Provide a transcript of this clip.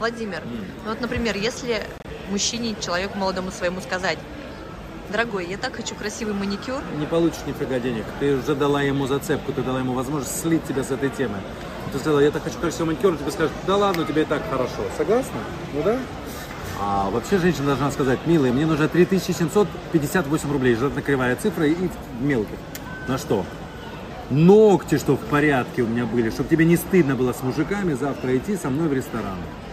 Владимир, ну вот, например, если мужчине, человеку молодому своему сказать: дорогой, я так хочу красивый маникюр. Не получишь нифига денег. Ты уже дала ему зацепку, ты дала ему возможность слить тебя с этой темы. Ты сказала, я так хочу красивый маникюр, он тебе скажет, да ладно, тебе и так хорошо. Согласна? Ну да? А вообще женщина должна сказать, милый, мне нужно 3758 рублей, желательно кривая цифра и мелких. На что? Ногти, что в порядке у меня были, чтобы тебе не стыдно было с мужиками завтра идти со мной в ресторан.